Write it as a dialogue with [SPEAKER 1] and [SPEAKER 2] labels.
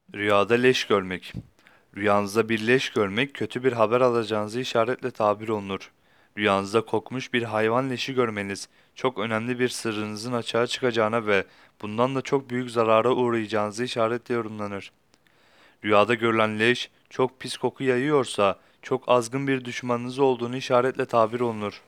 [SPEAKER 1] Rüyada leş görmek. Rüyanızda bir leş görmek kötü bir haber alacağınızı işaretle tabir olunur. Rüyanızda kokmuş bir hayvan leşi görmeniz çok önemli bir sırrınızın açığa çıkacağına ve bundan da çok büyük zarara uğrayacağınızı işaretle yorumlanır. Rüyada görülen leş çok pis koku yayıyorsa çok azgın bir düşmanınız olduğunu işaretle tabir olunur.